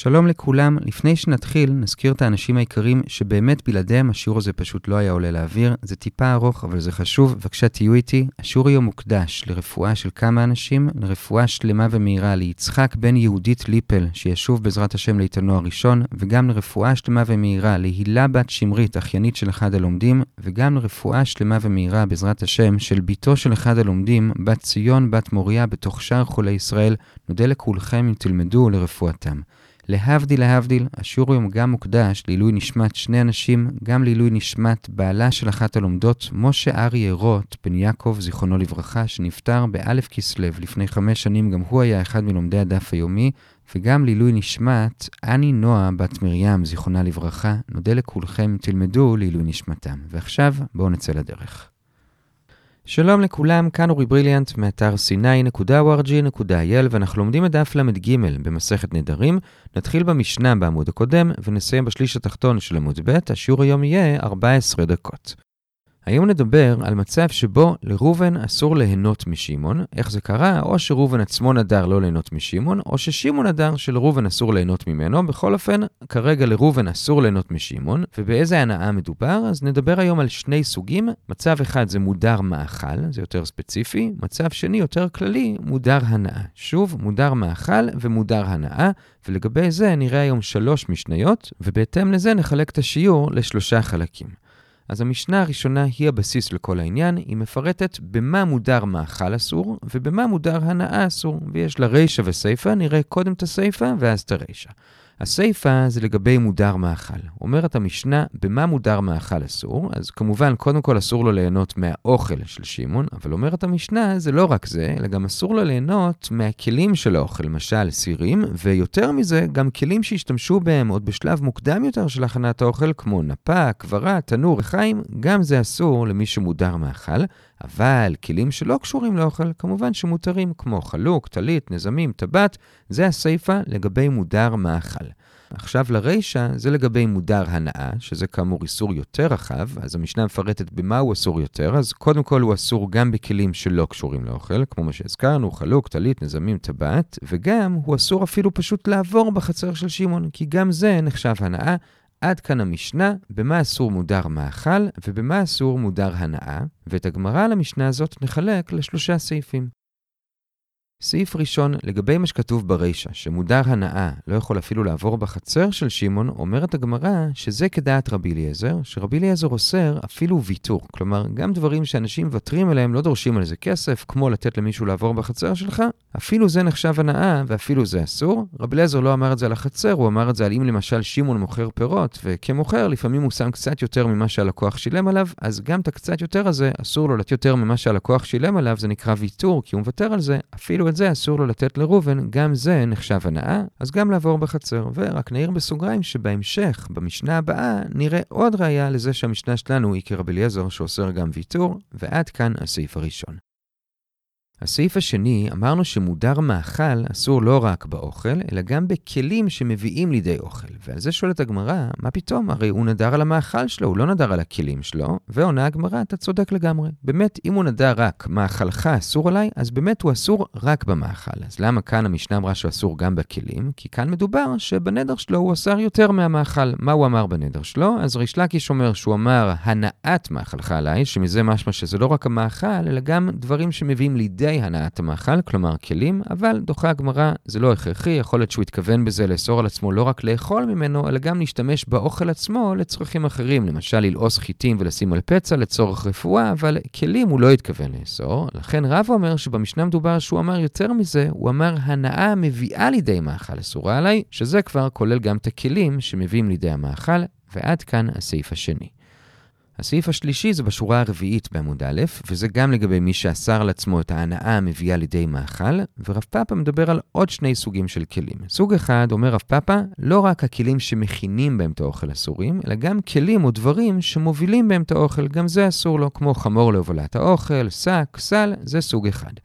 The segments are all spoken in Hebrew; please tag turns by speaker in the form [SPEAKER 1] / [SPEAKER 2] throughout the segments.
[SPEAKER 1] שלום לכולם, לפני שנתחיל נזכיר את האנשים העיקרים שבאמת בלעדיהם השיעור הזה פשוט לא היה עולה לאוויר. זה טיפה ארוך אבל זה חשוב, בבקשה תהיו איתי. השיעור היום מוקדש לרפואה של כמה אנשים, לרפואה שלמה ומהירה ליצחק בן יהודית ליפל שישוב בעזרת השם לאיתנו הראשון, וגם לרפואה שלמה ומהירה להילה בת שמרית אחיינית של אחד הלומדים, וגם לרפואה שלמה ומהירה בעזרת השם של ביתו של אחד הלומדים, בת ציון בת מוריה בתוך שאר חולי ישראל. נודה לכולכם אם תלמדו לרפואתם. להבדיל, השיעור היום גם מוקדש לעילוי נשמת שני אנשים, גם לעילוי נשמת בעלה של אחת הלומדות, משה אריה רוט בן יעקב זיכרונו לברכה, שנפטר באלף כסלו לפני 5 שנים, גם הוא היה אחד מלומדי הדף היומי, וגם לעילוי נשמת אני נועה בת מרים זיכרונה לברכה. נודה לכולכם, תלמדו לעילוי נשמתם. ועכשיו בואו נצא לדרך. שלום לכולם, כאן אורי בריליאנט מאתר sinai.org.il, ואנחנו לומדים את דף למד ג' במסכת נדרים. נתחיל במשנה בעמוד הקודם ונסיים בשליש התחתון של עמוד ב'. השיעור היום יהיה 14 דקות. היום נדבר על מצב שבו לראובן אסור ליהנות משמעון. איך זה קרה? או שראובן עצמו נדר לא ליהנות משמעון, או ששמעון נדר שלראובן אסור ליהנות ממנו. בכל אופן, כרגע לראובן אסור ליהנות משמעון. ובאיזה הנאה מדובר? אז נדבר היום על 2 סוגים. מצב אחד זה מודר מאכל, זה יותר ספציפי. מצב שני יותר כללי, מודר הנאה. שוב, מודר מאכל ומודר הנאה. ולגבי זה נראה היום 3 משניות, ובהתאם לזה נחלק את השיעור ל3 חלקים. אז המשנה הראשונה היא הבסיס לכל העניין, היא מפרטת במה מודר מאכל אסור ובמה מודר הנאה אסור, ויש לה רישה וסייפה. נראה קודם את הסייפה ואז את הרישה. הסייפה זה לגבי מודר מאכל. אומרת המשנה במה מודר מאכל אסור, אז כמובן קודם כל אסור לו ליהנות מהאוכל של שמעון, אבל אומרת המשנה זה לא רק זה, אלא גם אסור לו ליהנות מהכלים של האוכל, למשל סירים, ויותר מזה גם כלים שהשתמשו בהם עוד בשלב מוקדם יותר של הכנת האוכל, כמו נפה, כברה, תנור, רחיים, גם זה אסור למי שמודר מאכל. אבל כלים שלא קשורים לאוכל, כמובן שמותרים, כמו חלוק, טלית, נזמים, טבעת, זה הסייפה לגבי מודר מאכל. עכשיו לרישה, זה לגבי מודר הנאה, שזה כאמור איסור יותר רחב, אז המשנה מפרטת במה הוא אסור יותר. אז קודם כל הוא אסור גם בכלים שלא קשורים לאוכל, כמו מה שהזכרנו, חלוק, טלית, נזמים, טבעת, וגם הוא אסור אפילו פשוט לעבור בחצר של שמעון, כי גם זה נחשב הנאה. עד כאן המשנה, במה אסור מודר מאכל ובמה אסור מודר הנאה, ואת הגמרא על המשנה הזאת נחלק ל3 סעיפים. סעיף ראשון, לגבי מה שכתוב ברישה, שמודר הנאה לא יכול אפילו לעבור בחצר של שמעון, אומרת הגמרא שזה כדעת רבי אליעזר, שרבי אליעזר אוסר אפילו ויתור. כלומר, גם דברים שאנשים מוותרים עליהם לא דורשים על זה כסף, כמו לתת למישהו לעבור בחצר שלך, אפילו זה נחשב הנאה ואפילו זה אסור. רבי אליעזר לא אמר את זה על החצר, הוא אמר את זה על אם למשל שמעון מוכר פירות, וכמוכר לפעמים הוא שם קצת יותר ממה שהלקוח שילם עליו, אז גם את הקצת יותר הזה אסור לו לתת יותר ממה שהלקוח שילם עליו, זה נקרא ויתור, כי הוא מוותר על זה. אפילו את זה אסור לו לתת לראובן, גם זה נחשב הנאה, אז גם לעבור בחצר. ורק נעיר בסוגריים שבהמשך, במשנה הבאה, נראה עוד ראיה לזה שהמשנה שלנו היא כרבי אליעזר שאוסר גם ויתור, ועד כאן הסעיף הראשון. הסעיף השני, אמרנו שמודר מאכל אסור לא רק באוכל, אלא גם בכלים שמביאים לידי אוכל. ועל זה שואלת הגמרא, מה פתאום? הרי הוא נדר על המאכל שלו, הוא לא נדר על הכלים שלו. ועונה הגמרא, אתה צודק לגמרי. באמת, אם הוא נדר רק מאכלך אסור עליי, אז באמת הוא אסור רק במאכל. אז למה כאן המשנה אמרה שהוא אסור גם בכלים? כי כאן מדובר שבנדר שלו הוא אסר יותר מהמאכל. מה הוא אמר בנדר שלו? אז ריש לקיש אומר שהוא אמר הנאת מאכלך עליי, שמזה משמע שזה לא רק המאכל, אלא גם דברים שמביאים לידי הנעת המאכל, כלומר כלים, אבל דוחה הגמרא, זה לא הכרחי, יכול להיות שהוא התכוון בזה לאסור על עצמו לא רק לאכול ממנו, אלא גם להשתמש באוכל עצמו לצרכים אחרים, למשל ללעוס חיטים ולשים על פצע לצורך רפואה, אבל כלים הוא לא התכוון לאסור. לכן רב אומר שבמשנה מדובר שהוא אמר יותר מזה, הוא אמר הנאה מביאה לידי מאכל אסורה עליי, שזה כבר כולל גם את הכלים שמביאים לידי המאכל, ועד כאן הסעיף השני. הסעיף השלישי זה בשורה הרביעית בעמוד א', וזה גם לגבי מי שאסר לעצמו את ההנאה המביאה לידי מאכל, ורב פאפה מדבר על עוד 2 סוגים של כלים. סוג אחד, אומר רב פאפה, לא רק הכלים שמכינים בהם את האוכל אסורים, אלא גם כלים או דברים שמובילים בהם את האוכל, גם זה אסור לו, כמו חמור להובלת האוכל, שק, סל, זה סוג אחד.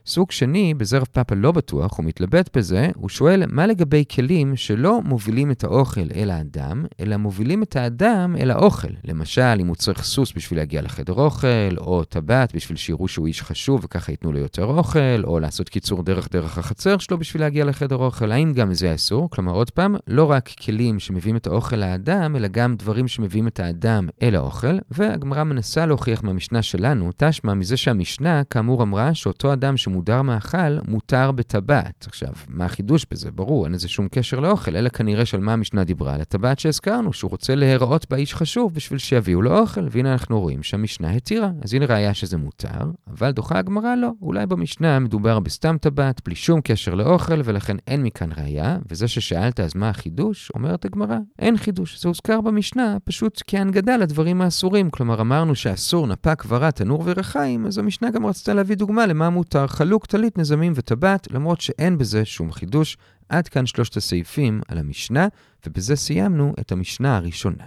[SPEAKER 1] סוג שני, בזה רב פאפה לא בטוח, הוא מתלבט בזה, הוא שואל מה לגבי כלים שלא מובילים את האוכל אל האדם, אלא מובילים את האדם אל האוכל. למשל, אם הוא צריך סוס בשביל להגיע לחדר אוכל, או טבעת בשביל שיראו שהוא איש חשוב וככה ייתנו לו יותר אוכל, או לעשות קיצור דרך החצר שלו בשביל להגיע לחדר אוכל. האם גם זה אסור? כלומר, עוד פעם, לא רק כלים שמביאים את האוכל לאדם, אלא גם דברים שמביאים את האדם אל האוכל, והגמרא מנסה להוכיח מהמשנה שלנו, תשמע מזה שהמשנה כאמור אמרה שאותו אדם שמודר מאכל מותר בטבעת. עכשיו, מה החידוש בזה? ברור, אין איזה שום קשר לאוכל, אלא כנראה של מה המשנה דיברה על הטבעת שהזכרנו, שהוא רוצה להיראות באיש חשוב בשביל שיביאו לו אוכל, והנה אנחנו רואים שהמשנה התירה. אז הנה ראיה שזה מותר, אבל דוחה הגמרא לא. אולי במשנה מדובר בסתם טבעת, בלי שום קשר לאוכל, ולכן אין מכאן ראיה, וזה ששאלת אז מה החידוש, אומרת הגמרא, אין חידוש. זה הוזכר במשנה, פשוט כהנגדה לדברים האסורים. כלומר, אמרנו שאסור נפה, קברה, תנור ורחיים, אז המשנה גם רצתה להביא דוגמה למה מותר חלוק, טלית, נזמים וטבעת, למרות שאין בזה שום חידוש. עד כאן 3 הסעיפים על המשנה, ובזה סיימנו את המשנה הראשונה.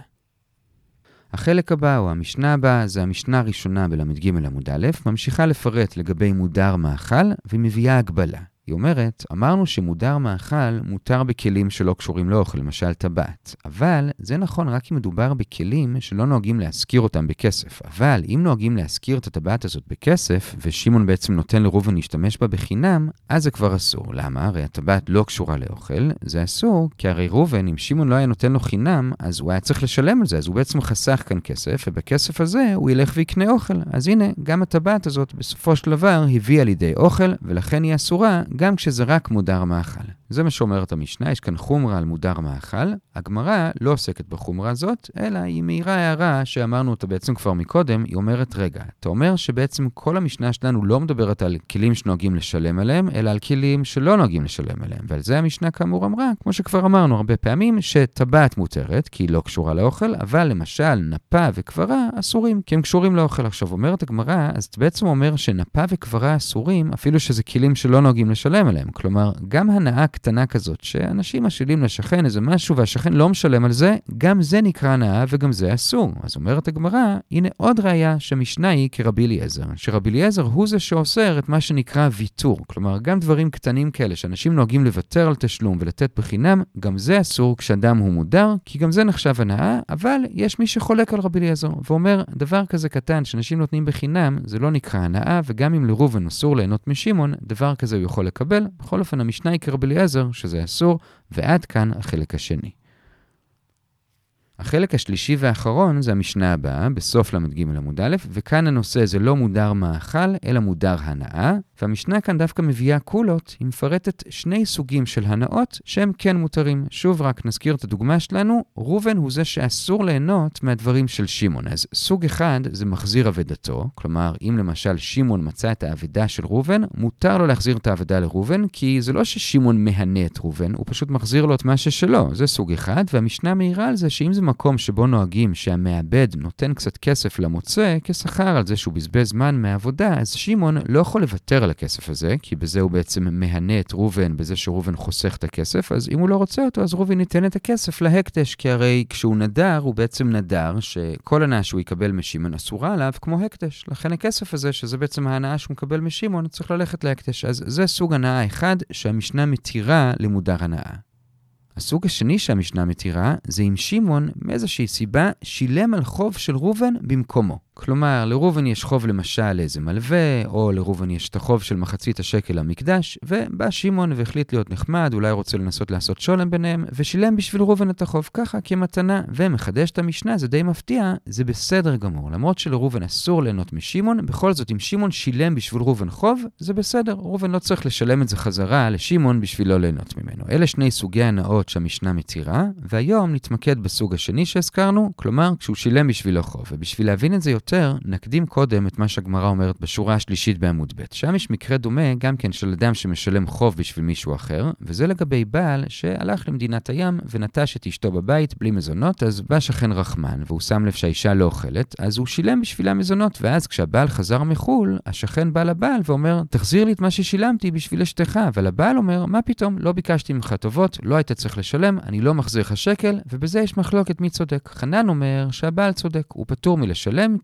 [SPEAKER 1] החלק הבא או המשנה הבאה זה המשנה הראשונה בל"ג עמוד א', ממשיכה לפרט לגבי מודר מאכל ומביאה הגבלה. היא אומרת, אמרנו שמודר מאכל מותר בכלים שלא קשורים לאוכל, למשל טבעת. אבל זה נכון רק אם מדובר בכלים שלא נוהגים להשכיר אותם בכסף. אבל אם נוהגים להשכיר את הטבעת הזאת בכסף, ושמעון בעצם נותן לראובן להשתמש בה בחינם, אז זה כבר אסור. למה? הרי הטבעת לא קשורה לאוכל. זה אסור, כי הרי ראובן, אם שמעון לא היה נותן לו חינם, אז הוא היה צריך לשלם על זה. אז הוא בעצם חסך כאן כסף, ובכסף הזה הוא ילך ויקנה אוכל. אז הנה, גם הטבעת הזאת בסופו של דבר הביאה לידי אוכל, ולכן היא אסורה גם כשזה רק מודר מאכל. זה מה שאומרת המשנה, יש כאן חומרה על מודר מאכל. הגמרא לא עוסקת בחומרה הזאת, אלא היא מאירה הערה שאמרנו אותה בעצם כבר מקודם. היא אומרת, רגע, אתה אומר שבעצם כל המשנה שלנו לא מדברת על כלים שנוהגים לשלם עליהם, אלא על כלים שלא נוהגים לשלם עליהם. ועל זה המשנה כאמור אמרה, כמו שכבר אמרנו הרבה פעמים, שטבעת מותרת, כי היא לא קשורה לאוכל, אבל למשל נפה וקברה אסורים, כי הם קשורים לאוכל. עכשיו אומרת הגמרא, אז אתה בעצם אומר שנפה וקברה אסורים, אפילו שזה כלים שלא נוהגים לשלם עליהם. כלומר, גם הנאה קטנה כזאת, שאנשים משאילים לשכן איזה משהו והשכן לא משלם על זה, גם זה נקרא הנאה וגם זה אסור. אז אומרת הגמרא, הנה עוד ראיה שהמשנה היא כרבי אליעזר. שרבי אליעזר הוא זה שאוסר את מה שנקרא ויתור. כלומר, גם דברים קטנים כאלה שאנשים נוהגים לוותר על תשלום ולתת בחינם, גם זה אסור כשאדם הוא מודר, כי גם זה נחשב הנאה, אבל יש מי שחולק על רבי אליעזר, ואומר, דבר כזה קטן שאנשים נותנים בחינם, זה לא נקרא הנאה, וגם אם לראובן אסור ליהנות משמעון, דבר כזה הוא יכול לקבל. בכל אופן, המשנה היא כרבי אליעזר, שזה אסור, ועד כאן החלק השני. החלק השלישי והאחרון זה המשנה הבאה, בסוף ל"ג עמוד א', וכאן הנושא זה לא מודר מאכל, אלא מודר הנאה, והמשנה כאן דווקא מביאה קולות, היא מפרטת 2 סוגים של הנאות שהם כן מותרים. שוב רק נזכיר את הדוגמה שלנו, ראובן הוא זה שאסור ליהנות מהדברים של שמעון. אז סוג אחד זה מחזיר אבדתו, כלומר אם למשל שמעון מצא את האבדה של ראובן, מותר לו להחזיר את האבדה לראובן, כי זה לא ששמעון מהנה את ראובן, הוא פשוט מחזיר לו את מה ששלו. זה סוג אחד, והמשנה מעירה על זה שאם זה מקום שבו נוהגים שהמעבד נותן קצת כסף למוצא כשכר על זה שהוא בזבז זמן מהעבודה, אז שמעון לא יכול לוותר על הכסף הזה, כי בזה הוא בעצם מהנה את ראובן, בזה שראובן חוסך את הכסף, אז אם הוא לא רוצה אותו, אז ראובן ייתן את הכסף להקדש, כי הרי כשהוא נדר, הוא בעצם נדר שכל הנאה שהוא יקבל משמעון אסורה עליו כמו הקדש. לכן הכסף הזה, שזה בעצם ההנאה שהוא מקבל משמעון, צריך ללכת להקדש. אז זה סוג הנאה אחד שהמשנה מתירה למודר הנאה. הסוג השני שהמשנה מתירה זה אם שמעון מאיזושהי סיבה שילם על חוב של ראובן במקומו. כלומר, לראובן יש חוב למשל לאיזה מלווה, או לראובן יש את החוב של מחצית השקל למקדש, ובא שמעון והחליט להיות נחמד, אולי רוצה לנסות לעשות שולם ביניהם, ושילם בשביל ראובן את החוב ככה כמתנה, ומחדש את המשנה, זה די מפתיע, זה בסדר גמור. למרות שלראובן אסור ליהנות משמעון, בכל זאת אם שמעון שילם בשביל ראובן חוב, זה בסדר. ראובן לא צריך לשלם את זה חזרה לשמעון בשביל לא ליהנות ממנו. אלה 2 סוגי הנאות שהמשנה מתירה, והיום נתמקד בסוג השני שהזכרנו, כלומר כשהוא שילם בשבילו חוב. ובשביל להבין את זה יותר, נקדים קודם את מה שהגמרא אומרת בשורה השלישית בעמוד ב'. שם יש מקרה דומה גם כן של אדם שמשלם חוב בשביל מישהו אחר, וזה לגבי בעל שהלך למדינת הים ונטש את אשתו בבית בלי מזונות, אז בא שכן רחמן, והוא שם לב שהאישה לא אוכלת, אז הוא שילם בשבילה מזונות, ואז כשהבעל חזר מחול, השכן בא לבעל ואומר, תחזיר לי את מה ששילמתי בשביל אשתך, אבל הבעל אומר, מה פתאום, לא ביקשתי ממך טובות, לא היית צריך לשלם, אני לא מחזיר לך שקל, ובזה יש מחלוקת מי צודק. חנן אומר שהבעל צודק, הוא פטור מלשלם,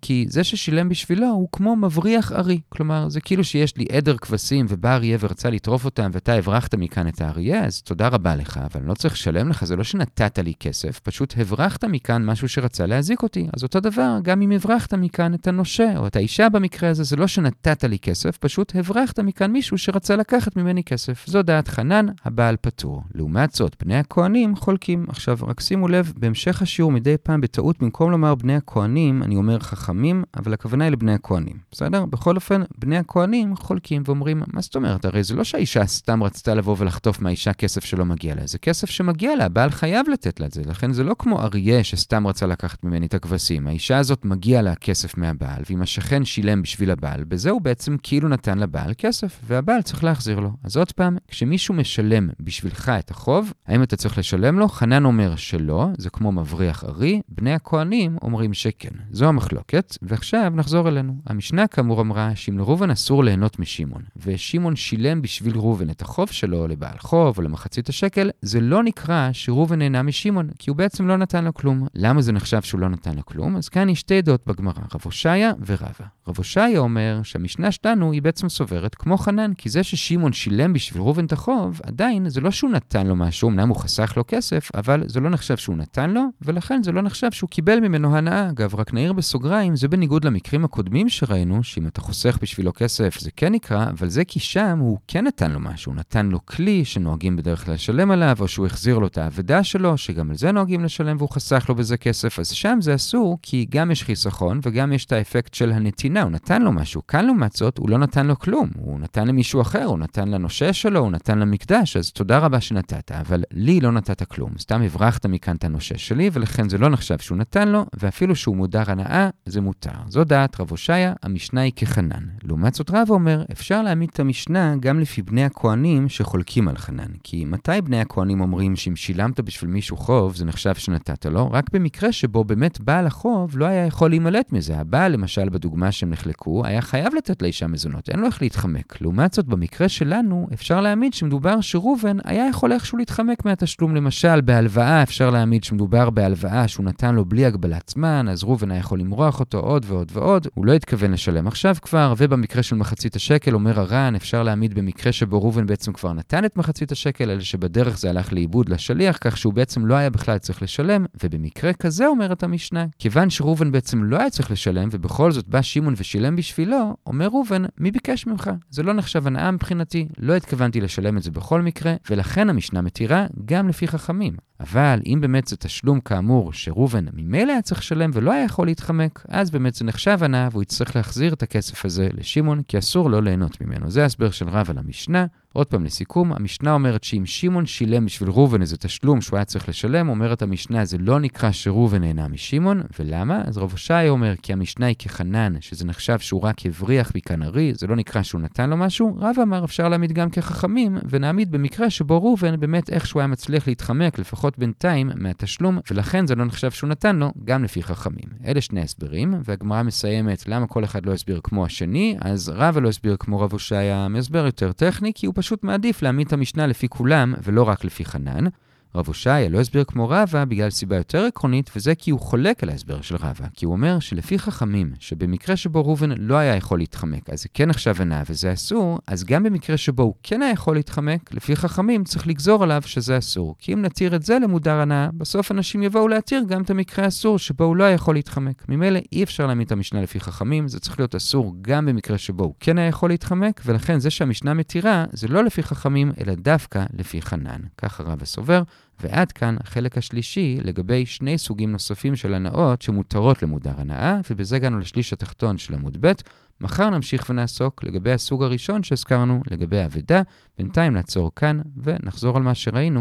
[SPEAKER 1] כי זה ששילם בשבילו הוא כמו מבריח ארי. כלומר, זה כאילו שיש לי עדר כבשים ובא אריה ורצה לטרוף אותם, ואתה הברחת מכאן את האריה, אז תודה רבה לך, אבל לא צריך לשלם לך, זה לא שנתת לי כסף, פשוט הברחת מכאן משהו שרצה להזיק אותי. אז אותו דבר, גם אם הברחת מכאן את הנושה או את האישה במקרה הזה, זה לא שנתת לי כסף, פשוט הברחת מכאן מישהו שרצה לקחת ממני כסף. זו דעת חנן, הבעל פטור. לעומת זאת, בני הכהנים חולקים. עכשיו, רק שימו לב, בהמשך השיעור מדי פעם בטעות, במקום לומר בני הכהנים, אני אומר חכמים, אבל הכוונה היא לבני הכהנים. בסדר? בכל אופן, בני הכהנים חולקים ואומרים, מה זאת אומרת? הרי זה לא שהאישה סתם רצתה לבוא ולחטוף מהאישה כסף שלא מגיע לה. זה כסף שמגיע לה, הבעל חייב לתת לה את זה. לכן זה לא כמו אריה שסתם רצה לקחת ממני את הכבשים. האישה הזאת מגיע לה כסף מהבעל, ואם השכן שילם בשביל הבעל, בזה הוא בעצם כאילו נתן לבעל כסף, והבעל צריך להחזיר לו. אז עוד פעם, כשמישהו משלם בשבילך את החוב, האם אתה צריך לשלם לו? חנן אומר שלא, זה כמו מבריח ארי, בני הכהנים אומרים שכן. זו המחלוקת, ועכשיו נחזור אלינו. המשנה כאמור אמרה שאם לראובן אסור ליהנות משימון, ושימון שילם בשביל ראובן את החוב שלו לבעל חוב או למחצית השקל, זה לא נקרא שראובן נהנה משימון, כי הוא בעצם לא נתן לו כלום. למה זה נחשב שהוא לא נתן לו כלום? אז כאן יש שתי דעות בגמרא, רב הושעיה ורבא. רב הושעיה אומר שהמשנה שלנו היא בעצם סוברת כמו חנן, כי זה ששימון שילם בשביל ראובן את החוב, עדיין זה לא שהוא נתן לו משהו, אמנם הוא חסך לו כסף, אבל זה לא נחשב שהוא נתן לו, ולכן זה לא נחשב שהוא קיבל ממנו הנאה. אגב, רק נעיר בסוגריים, זה בניגוד למקרים הקודמים שראינו, שאם אתה חוסך בשבילו כסף זה כן נקרא, אבל זה כי שם הוא כן נתן לו משהו, הוא נתן לו כלי שנוהגים בדרך כלל לשלם עליו, או שהוא החזיר לו את העבודה שלו, שגם על זה נוהגים לשלם והוא חסך לו בזה כסף, אז שם זה אסור, כי גם יש חיסכון וגם יש את האפקט של הנתינה, הוא נתן לו משהו, כאן לעומת זאת הוא לא נתן לו כלום, הוא נתן למישהו אחר, הוא נתן לנושה שלו, הוא נתן למקדש, אז תודה רבה שנתת, אבל לי לא נתת כלום, סתם הברחת מכאן את הנושה שלי, ולכן זה לא נחשב שהוא נתן לו, ואפילו שהוא מודר הנאה, זה מותר. זו דעת רב הושעיה, המשנה היא כחנן. לעומת זאת רב אומר, אפשר להעמיד את המשנה גם לפי בני הכהנים שחולקים על חנן, כי מתי בני הכהנים אומרים שאם שילמת בשביל מישהו חוב, זה נחשב שנתת לו, רק במקרה שבו באמת בעל החוב לא היה יכול להימלט מזה. הבעל, למשל בדוגמה שהם נחלקו, היה חייב לתת לאישה מזונות, אין לו איך להתחמק. לעומת זאת, במקרה שלנו, אפשר להעמיד שמדובר שראובן היה יכול איכשהו להתחמק מהתשלום. למשל, בהלוואה אפשר להעמיד שמדובר בהלוואה שהוא נתן לו בלי הגבלת זמן, אז ראובן היה יכול למרוח אותו עוד ועוד ועוד, הוא לא התכוון לשלם עכשיו כבר, ובמקרה של מחצית השקל, אומר הר"ן, אפשר להעמיד במקרה שבו ראובן בעצם כבר נתן את מחצית השקל, אלא שבדרך זה הלך לאיבוד לשליח, כך שהוא בעצם לא היה בכלל צריך לשלם, ובמקרה כזה אומרת המשנה, כיוון שראובן בעצם לא היה צריך לשלם, ובכל זאת בא שימון ושילם בשבילו, אומר ראובן, מי ביקש ממך? זה לא נחשב הנאה מבחינתי, לא התכוונתי לשלם את זה בכל מקרה, ולכן המשנה מתירה גם לפי חכמים. אבל אם באמת זה תשלום כאמור שראובן ממילא היה צריך לשלם ולא היה יכול להתחמק, אז באמת זה נחשב הנאה והוא יצטרך להחזיר את הכסף הזה לשימון, כי אסור לא ליהנות ממנו. זה ההסבר של רב על המשנה. עוד פעם לסיכום, המשנה אומרת שאם שימון שילם בשביל ראובן איזה תשלום שהוא היה צריך לשלם, אומרת המשנה זה לא נקרא שראובן נהנה משימון, ולמה? אז רב הושעיה אומר כי המשנה היא כחנן, שזה נחשב שהוא רק הבריח מכאן ארי, זה לא נקרא שהוא נתן לו משהו. רב אמר אפשר להעמיד גם כחכמים, ונעמיד במקרה שבו ראובן באמת איכשהו היה מצליח להתחמק, לפחות בינתיים, מהתשלום, ולכן זה לא נחשב שהוא נתן לו, גם לפי חכמים. אלה שני הסברים, והגמרא מסיימת למה כל אחד לא הסביר כמו השני, אז רב לא הסביר כמו רב הושעיה, מסבר יותר טכני, כי הוא פשוט מעדיף להעמיד את המשנה לפי כולם ולא רק לפי חנן. רב הושעיה לא הסביר כמו רבא בגלל סיבה יותר עקרונית, וזה כי הוא חולק על ההסבר של רבא, כי הוא אומר שלפי חכמים, שבמקרה שבו ראובן לא היה יכול להתחמק, אז זה כן נחשב הנאה וזה אסור, אז גם במקרה שבו הוא כן היה יכול להתחמק, לפי חכמים צריך לגזור עליו שזה אסור. כי אם נתיר את זה למודר הנאה, בסוף אנשים יבואו להתיר גם את המקרה האסור שבו הוא לא היה יכול להתחמק. ממילא אי אפשר להעמיד את המשנה לפי חכמים, זה צריך להיות אסור גם במקרה שבו הוא כן היה יכול להתחמק, ולכן זה שהמשנה מתירה זה לא לפי חכמים אלא דווקא לפי חנן. ככה רבא סובר. ועד כאן החלק השלישי לגבי שני סוגים נוספים של הנאות שמותרות למודר הנאה, ובזה הגענו לשליש התחתון של עמוד ב'. מחר נמשיך ונעסוק לגבי הסוג הראשון שהזכרנו לגבי האבדה. בינתיים נעצור כאן ונחזור על מה שראינו.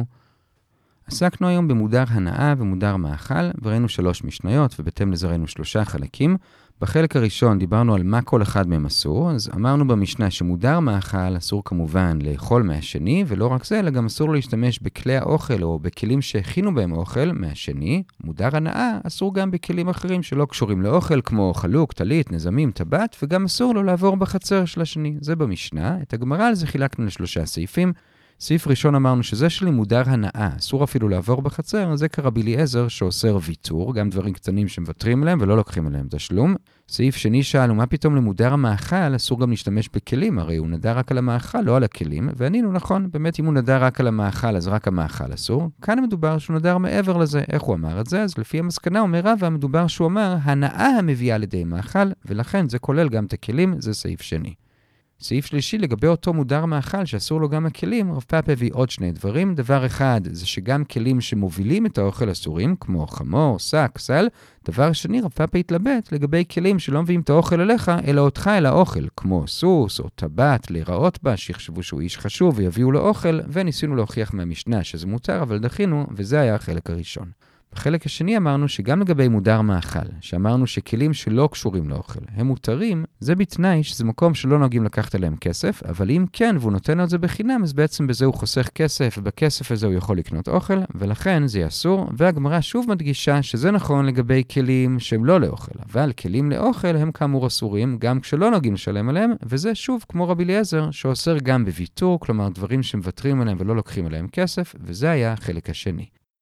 [SPEAKER 1] עסקנו היום במודר הנאה ומודר מאכל, וראינו 3 משניות, ובהתאם לזה ראינו 3 חלקים. בחלק הראשון דיברנו על מה כל אחד מהם אסור, אז אמרנו במשנה שמודר מאכל אסור כמובן לאכול מהשני, ולא רק זה, אלא גם אסור להשתמש בכלי האוכל או בכלים שהכינו בהם אוכל מהשני. מודר הנאה אסור גם בכלים אחרים שלא קשורים לאוכל, כמו חלוק, טלית, נזמים, טבעת, וגם אסור לו לעבור בחצר של השני. זה במשנה. את הגמרא על זה חילקנו ל3 סעיפים. סעיף ראשון אמרנו שזה שלי מודר הנאה, אסור אפילו לעבור בחצר, זה כרבי אליעזר שאוסר ויתור, גם דברים קטנים שמוותרים עליהם ולא לוקחים עליהם תשלום. סעיף שני שאלנו, מה פתאום למודר המאכל, אסור גם להשתמש בכלים, הרי הוא נדר רק על המאכל, לא על הכלים, וענינו נכון, באמת אם הוא נדר רק על המאכל, אז רק המאכל אסור. כאן מדובר שהוא נדר מעבר לזה, איך הוא אמר את זה? אז לפי המסקנה אומר רבא, מדובר שהוא אומר, הנאה המביאה לידי מאכל, ולכן זה כולל גם את הכלים, זה סעיף שני. סעיף שלישי, לגבי אותו מודר מאכל שאסור לו גם הכלים, רב פאפא הביא עוד שני דברים. דבר אחד, זה שגם כלים שמובילים את האוכל אסורים, כמו חמור, שק, סל. דבר שני, רב פאפא התלבט לגבי כלים שלא מביאים את האוכל אליך, אלא אותך אל האוכל, כמו סוס או טבעת, להיראות בה, שיחשבו שהוא איש חשוב ויביאו לו אוכל, וניסינו להוכיח מהמשנה שזה מותר, אבל דחינו, וזה היה החלק הראשון. בחלק השני אמרנו שגם לגבי מודר מאכל, שאמרנו שכלים שלא קשורים לאוכל, הם מותרים, זה בתנאי שזה מקום שלא נוהגים לקחת עליהם כסף, אבל אם כן, והוא נותן על זה בחינם, אז בעצם בזה הוא חוסך כסף, ובכסף הזה הוא יכול לקנות אוכל, ולכן זה אסור, והגמרא שוב מדגישה שזה נכון לגבי כלים שהם לא לאוכל, אבל כלים לאוכל הם כאמור אסורים, גם כשלא נוהגים לשלם עליהם, וזה שוב כמו רבי אליעזר, שאוסר גם בוויתור, כלומר דברים שמוותרים עליהם ולא לוקחים עליהם כסף, וזה היה החלק השני.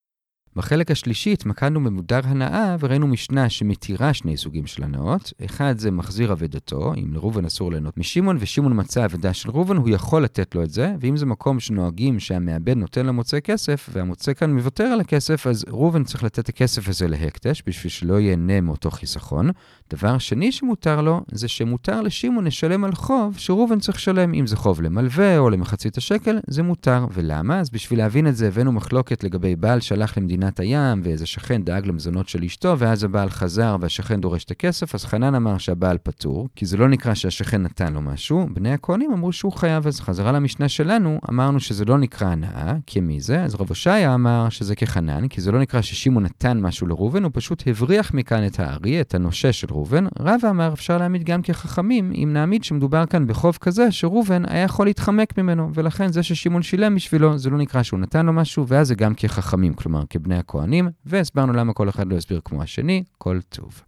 [SPEAKER 1] בחלק השלישי התמקדנו במודר הנאה וראינו משנה שמתירה שני סוגים של הנאות. אחד זה מחזיר אבדתו, אם לראובן אסור ליהנות משמעון ושמעון מצא אבדה של ראובן, הוא יכול לתת לו את זה, ואם זה מקום שנוהגים שהמעבד נותן למוצא כסף, והמוצא כאן מוותר על הכסף, אז ראובן צריך לתת את הכסף הזה להקדש, בשביל שלא ייהנה מאותו חיסכון. דבר שני שמותר לו, זה שמותר לשמעון לשלם על חוב שראובן צריך לשלם, אם זה חוב למלווה או למחצית השקל, זה מותר. ולמה? אז בשביל להבין את זה הבאנו מחלוקת לגבי בעל שהלך למדינת הים, ואיזה שכן דאג למזונות של אשתו, ואז הבעל חזר והשכן דורש את הכסף, אז חנן אמר שהבעל פטור, כי זה לא נקרא שהשכן נתן לו משהו. בני הכהנים אמרו שהוא חייב, אז חזרה למשנה שלנו, אמרנו שזה לא נקרא הנאה, כמי זה? אז רב הושעיה אמר שזה כחנן, כי זה לא נקרא ששמעון נתן משהו לראובן, הוא פשוט הבריח מכאן את הארי, את הנושה של ראובן. רבא אמר אפשר להעמיד גם כחכמים, אם נעמיד שמדובר כאן בחוב כזה שראובן היה יכול להתחמק ממנו, ולכן זה ששמעון שילם בשבילו, זה לא נקרא שהוא נתן לו משהו, ואז זה גם כחכמים, כלומר כבני הכהנים, והסברנו למה כל אחד לא הסביר כמו השני, כל טוב.